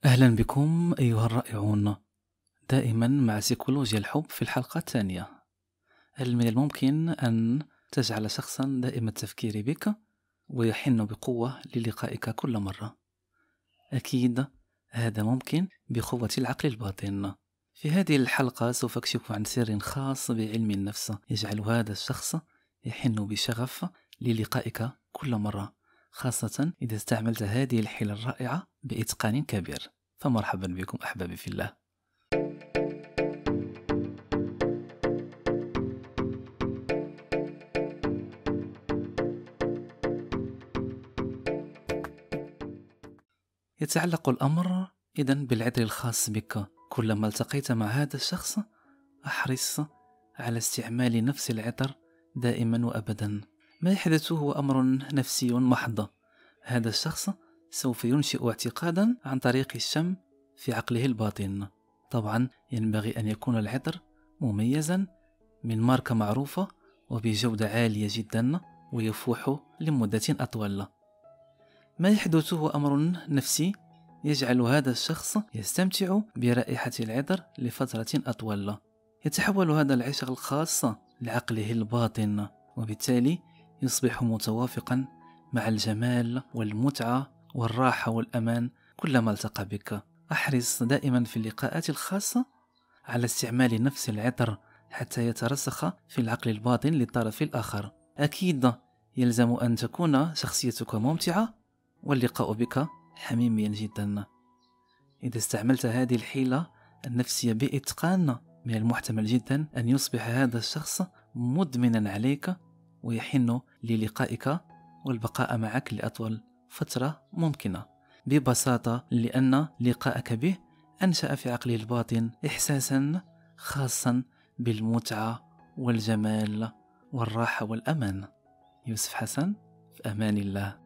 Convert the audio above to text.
أهلا بكم أيها الرائعون. دائما مع سيكولوجيا الحب في الحلقة الثانية. هل من الممكن أن تجعل شخصا دائم التفكير بك ويحن بقوة للقائك كل مرة؟ أكيد هذا ممكن بقوة العقل الباطن. في هذه الحلقة سوف أكشف عن سر خاص بعلم النفس يجعل هذا الشخص يحن بشغف للقائك كل مرة، خاصة إذا استعملت هذه الحيلة الرائعة بإتقان كبير. فمرحبا بكم أحبابي في الله. يتعلق الأمر إذن بالعطر الخاص بك. كلما التقيت مع هذا الشخص أحرص على استعمال نفس العطر دائما وأبدا. ما يحدث هو أمر نفسي محض. هذا الشخص سوف ينشئ اعتقادا عن طريق الشم في عقله الباطن. طبعا ينبغي أن يكون العطر مميزا من ماركة معروفة وبجودة عالية جدا ويفوح لمدة أطول. ما يحدث هو أمر نفسي يجعل هذا الشخص يستمتع برائحة العطر لفترة أطول. يتحول هذا العشق الخاص لعقله الباطن، وبالتالي يصبح متوافقا مع الجمال والمتعة والراحة والأمان كلما التقى بك. أحرص دائما في اللقاءات الخاصة على استعمال نفس العطر حتى يترسخ في العقل الباطن للطرف الآخر. أكيد يلزم أن تكون شخصيتك ممتعة واللقاء بك حميميا جدا. إذا استعملت هذه الحيلة النفسية بإتقان من المحتمل جدا أن يصبح هذا الشخص مدمنا عليك ويحن للقائك والبقاء معك لأطول فترة ممكنة، ببساطة لأن لقاءك به أنشأ في عقله الباطن إحساسا خاصا بالمتعة والجمال والراحة والأمان. يوسف حسن، في أمان الله.